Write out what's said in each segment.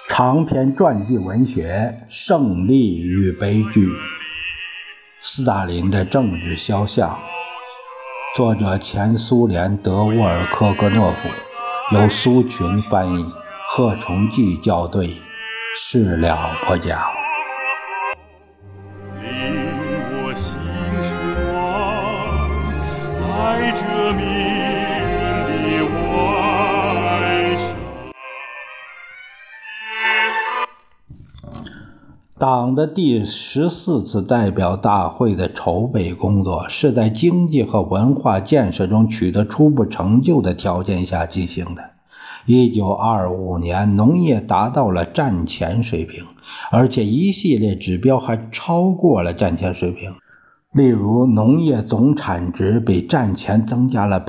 长篇传记文学《胜利与悲剧》，斯大林的政治肖像，作者前苏联德沃尔科格诺夫，由苏群翻译，贺崇济校对，事了播讲。 我心是光，在这迷人的晚上。 党的第14次代表大会的筹备工作是在经济和文化建设中取得初步成就的条件下进行的。1925年，农业达到了战前水平，而且一系列指标还超过了战前水平。例如，农业总产值比战前增加了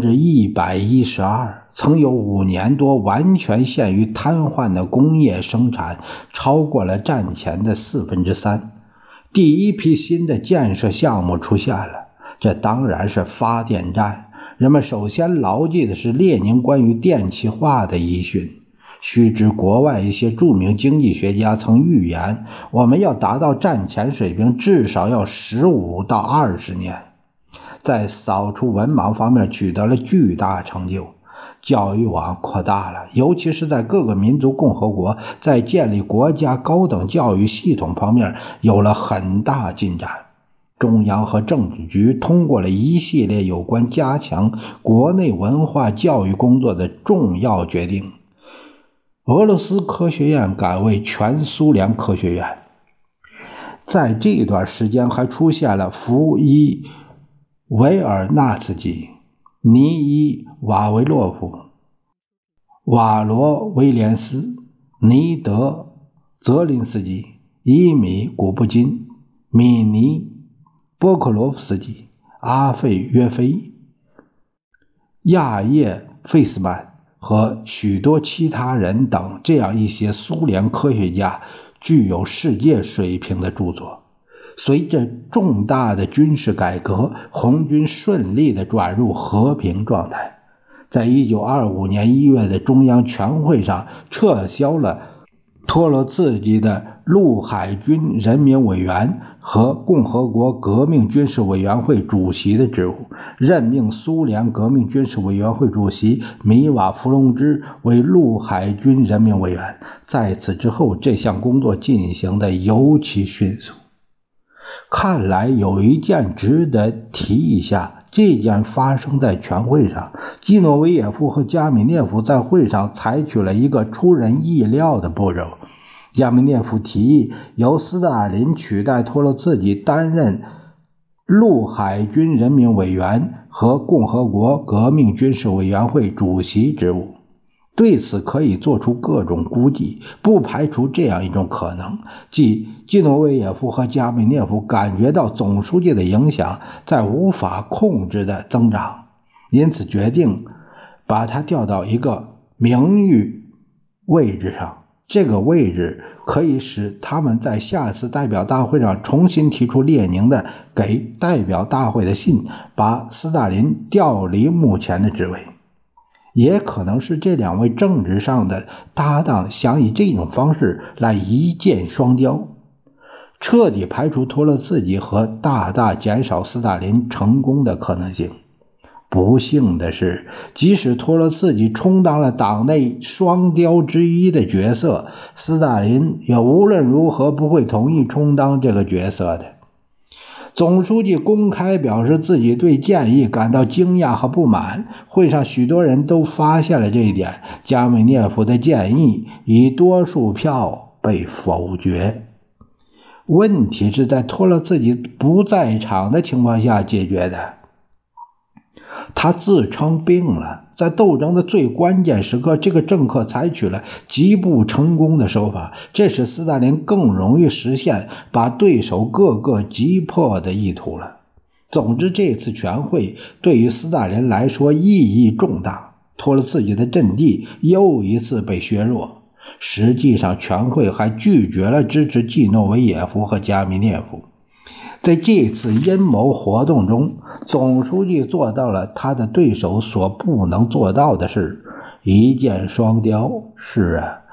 112%， 曾有5年多完全陷于瘫痪的工业生产超过了战前的3%。第一批新的建设项目出现了，这当然是发电站。人们首先牢记的是列宁关于电气化的遗训。须知国外一些著名经济学家曾预言，我们要达到战前水平至少要15到20年。在扫除文盲方面取得了巨大成就，教育网扩大了，尤其是在各个民族共和国，在建立国家高等教育系统方面有了很大进展。中央和政治局通过了一系列有关加强国内文化教育工作的重要决定。俄罗斯科学院改为全苏联科学院。在这段时间还出现了福伊维尔纳茨基、尼伊瓦维洛夫、瓦罗威廉斯、尼德泽林斯基、伊米古布金、米尼波克罗夫斯基、阿费约菲、亚叶费斯曼和许多其他人等，这样一些苏联科学家具有世界水平的著作。随着重大的军事改革，红军顺利地转入和平状态。在1925年1月的中央全会上，撤销了托洛茨基的陆海军人民委员和共和国革命军事委员会主席的职务，任命苏联革命军事委员会主席米瓦弗龙支为陆海军人民委员。在此之后，这项工作进行得尤其迅速。看来有一件值得提一下，这件发生在全会上。基诺维也夫和加米涅夫在会上采取了一个出人意料的步骤。加米涅夫提议由斯大林取代托洛茨基担任陆海军人民委员和共和国革命军事委员会主席职务。对此可以做出各种估计，不排除这样一种可能，即基诺维也夫和加米涅夫感觉到总书记的影响在无法控制的增长，因此决定把他调到一个名誉位置上。这个位置可以使他们在下次代表大会上重新提出列宁的给代表大会的信，把斯大林调离目前的职位。也可能是这两位政治上的搭档想以这种方式来一箭双雕，彻底排除托洛茨基和大大减少斯大林成功的可能性。不幸的是，即使托洛茨基充当了党内双雕之一的角色，斯大林也无论如何不会同意充当这个角色的。总书记公开表示自己对建议感到惊讶和不满，会上许多人都发现了这一点。加米涅夫的建议以多数票被否决。问题是在托洛茨基不在场的情况下解决的。他自称病了，在斗争的最关键时刻，这个政客采取了极不成功的手法，这使斯大林更容易实现把对手个个击破的意图了。总之，这次全会对于斯大林来说意义重大，托洛茨基的阵地又一次被削弱。实际上，全会还拒绝了支持季诺维也夫和加米涅夫。在这次阴谋活动中，总书记做到了他的对手所不能做到的事，一箭双雕。是啊，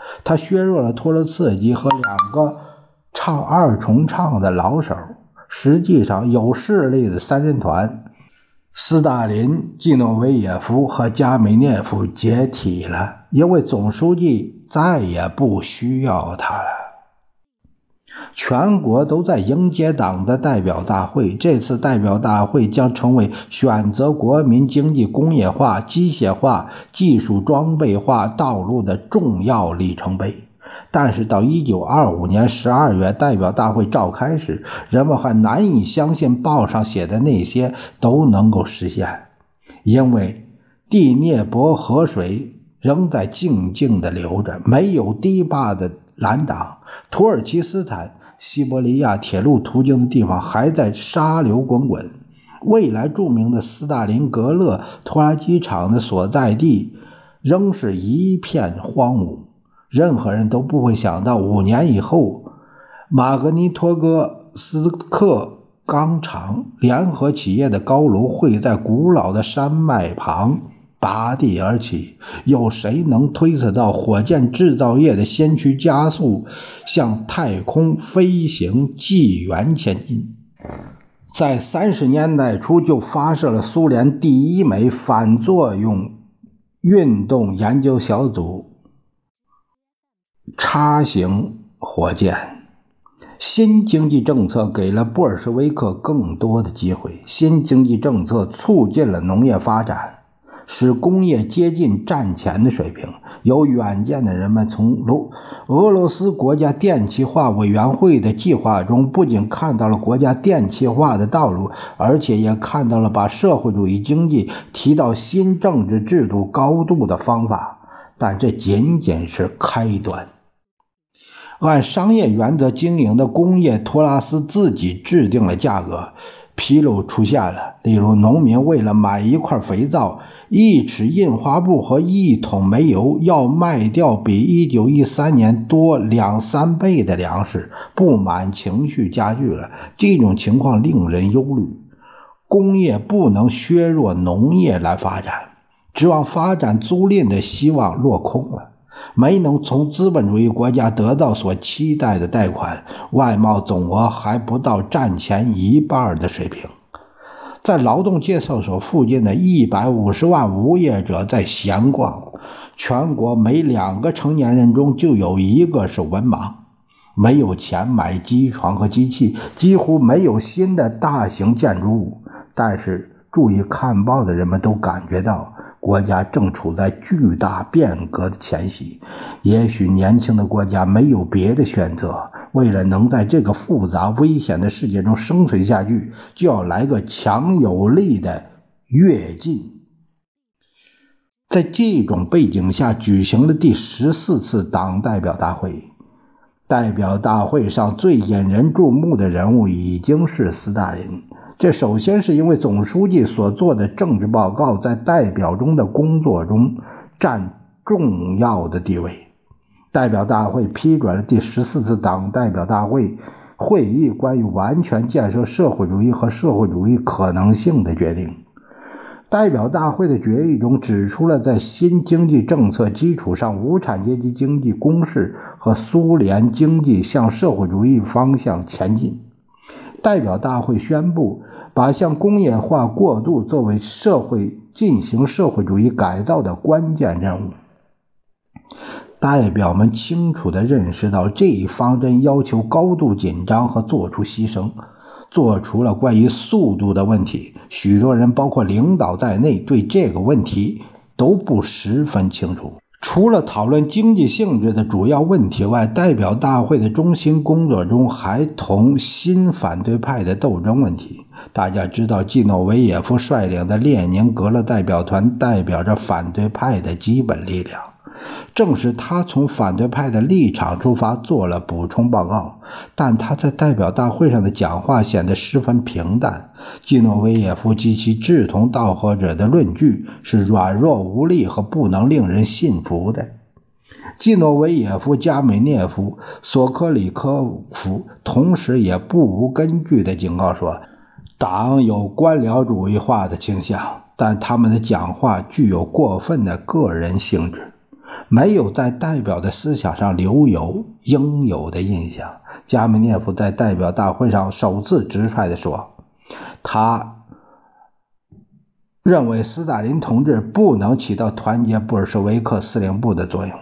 他削弱了托洛茨基和2个唱2重唱的老手。实际上，有势力的3人团斯大林、季诺维也夫和加梅涅夫解体了，因为总书记再也不需要他了。全国都在迎接党的代表大会，这次代表大会将成为选择国民经济工业化、机械化、技术装备化道路的重要里程碑。但是到1925年12月代表大会召开时，人们还难以相信报上写的那些都能够实现，因为第聂伯河水仍在静静地流着，没有堤坝的拦挡，土耳其斯坦、西伯利亚铁路途经的地方还在沙流滚滚，未来著名的斯大林格勒拖拉机厂的所在地仍是一片荒芜。任何人都不会想到5年以后，马格尼托哥斯克钢厂联合企业的高炉会在古老的山脉旁拔地而起。有谁能推测到火箭制造业的先驱加速向太空飞行纪元前进？在30年代初就发射了苏联第1枚反作用运动研究小组叉型火箭。新经济政策给了布尔什维克更多的机会，新经济政策促进了农业发展，使工业接近战前的水平。有远见的人们从俄罗斯国家电气化委员会的计划中不仅看到了国家电气化的道路，而且也看到了把社会主义经济提到新政治制度高度的方法，但这仅仅是开端。按商业原则经营的工业托拉斯自己制定了价格，纰漏出现了。例如，农民为了买一块肥皂、1尺印花布和1桶煤油，要卖掉比1913年多2-3倍的粮食，不满情绪加剧了。这种情况令人忧虑。工业不能削弱农业来发展，指望发展租赁的希望落空了。没能从资本主义国家得到所期待的贷款，外贸总额还不到战前1半的水平。在劳动介绍所附近的150万无业者在闲逛，全国每2个成年人中就有1个是文盲，没有钱买机床和机器，几乎没有新的大型建筑物。但是注意看报的人们都感觉到国家正处在巨大变革的前夕。也许年轻的国家没有别的选择，为了能在这个复杂危险的世界中生存下去，就要来个强有力的跃进。在这种背景下举行了第14次党代表大会。代表大会上最引人注目的人物已经是斯大林。这首先是因为总书记所做的政治报告在代表中的工作中占重要的地位。代表大会批准了第14次党代表大会会议关于完全建设社会主义和社会主义可能性的决定。代表大会的决议中指出了在新经济政策基础上无产阶级经济攻势和苏联经济向社会主义方向前进。代表大会宣布把向工业化过渡作为进行社会主义改造的关键任务。代表们清楚地认识到这一方针要求高度紧张和做出牺牲。做出了关于速度的问题，许多人包括领导在内对这个问题都不十分清楚。除了讨论经济性质的主要问题外，代表大会的中心工作中还同新反对派的斗争问题。大家知道，季诺维也夫率领的列宁格勒代表团代表着反对派的基本力量。正是他从反对派的立场出发做了补充报告，但他在代表大会上的讲话显得十分平淡。季诺维也夫及其志同道合者的论据是软弱无力和不能令人信服的。季诺维也夫、加梅涅夫、索科里科夫同时也不无根据地警告说，党有官僚主义化的倾向，但他们的讲话具有过分的个人性质。 没有在代表的思想上留有应有的印象。加米涅夫在代表大会上首次直率地说，他认为斯大林同志不能起到团结布尔什维克司令部的作用。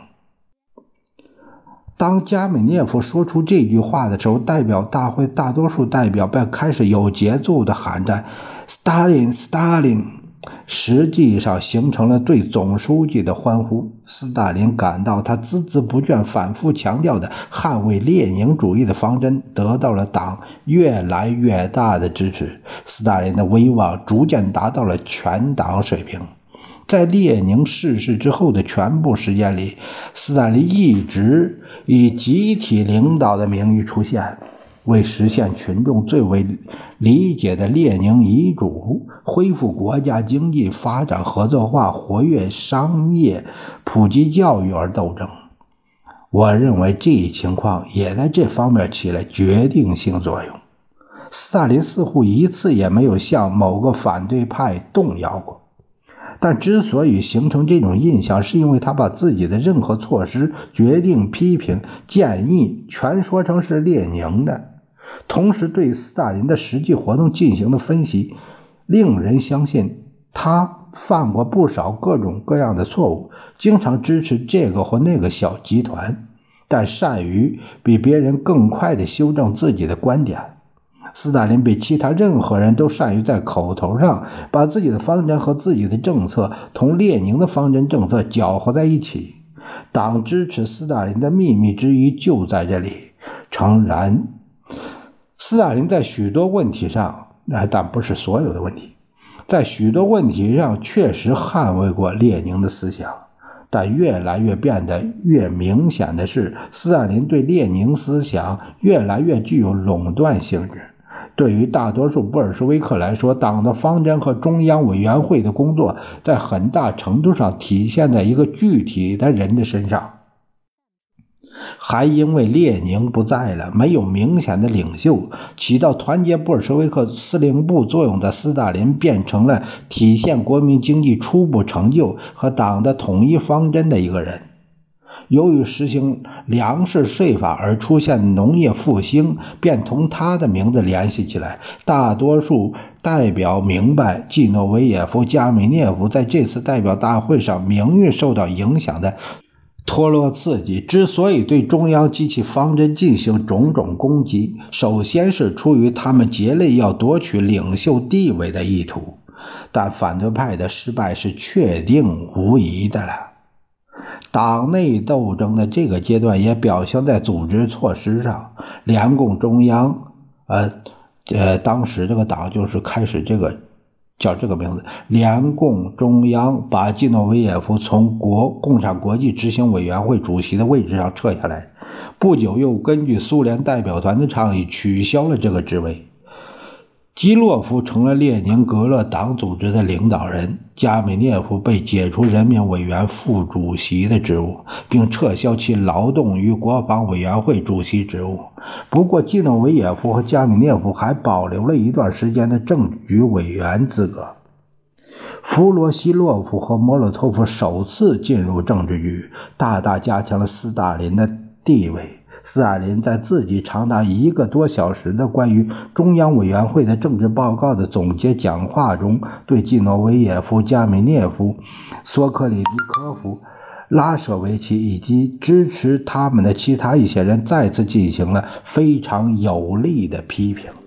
当加米涅夫说出这句话的时候，代表大会大多数代表便开始有节奏地喊着斯大林斯大林，实际上形成了对总书记的欢呼。斯大林感到他孜孜不倦反复强调的捍卫列宁主义的方针得到了党越来越大的支持，斯大林的威望逐渐达到了全党水平。在列宁逝世之后的全部时间里，斯大林一直以集体领导的名义出现，为实现群众最为理解的列宁遗嘱，恢复国家经济发展合作化，活跃商业，普及教育而斗争。我认为这一情况也在这方面起了决定性作用。斯大林似乎一次也没有向某个反对派动摇过，但之所以形成这种印象，是因为他把自己的任何措施、决定、批评、建议全说成是列宁的，同时对斯大林的实际活动进行的分析，令人相信他犯过不少各种各样的错误，经常支持这个或那个小集团，但善于比别人更快地修正自己的观点。斯大林比其他任何人都善于在口头上把自己的方针和自己的政策同列宁的方针政策搅和在一起。党支持斯大林的秘密之一就在这里。诚然，斯大林在许多问题上，但不是所有的问题，在许多问题上确实捍卫过列宁的思想，但越来越变得越明显的是，斯大林对列宁思想越来越具有垄断性质。对于大多数布尔什维克来说，党的方针和中央委员会的工作在很大程度上体现在一个具体的人的身上。还因为列宁不在了，没有明显的领袖，起到团结布尔什维克司令部作用的斯大林变成了体现国民经济初步成就和党的统一方针的一个人。由于实行粮食税法而出现的农业复兴便同他的名字联系起来，大多数代表明白季诺维也夫、加米涅夫在这次代表大会上名誉受到影响的托洛茨基之所以对中央及其方针进行种种攻击，首先是出于他们竭力要夺取领袖地位的意图，但反对派的失败是确定无疑的了。党内斗争的这个阶段也表现在组织措施上。联共中央当时这个党就是开始叫这个名字，联共中央把季诺维也夫从共产国际执行委员会主席的位置上撤下来，不久又根据苏联代表团的倡议取消了这个职位。基洛夫成了列宁格勒党组织的领导人，加米涅夫被解除人民委员副主席的职务，并撤销其劳动与国防委员会主席职务。不过季诺维也夫和加米涅夫还保留了一段时间的政治局委员资格。弗罗西洛夫和莫洛托夫首次进入政治局，大大加强了斯大林的地位。斯大林在自己长达1个多小时的关于中央委员会的政治报告的总结讲话中，对季诺维也夫、加米涅夫、索克里尼科夫、拉舍维奇以及支持他们的其他一些人再次进行了非常有力的批评。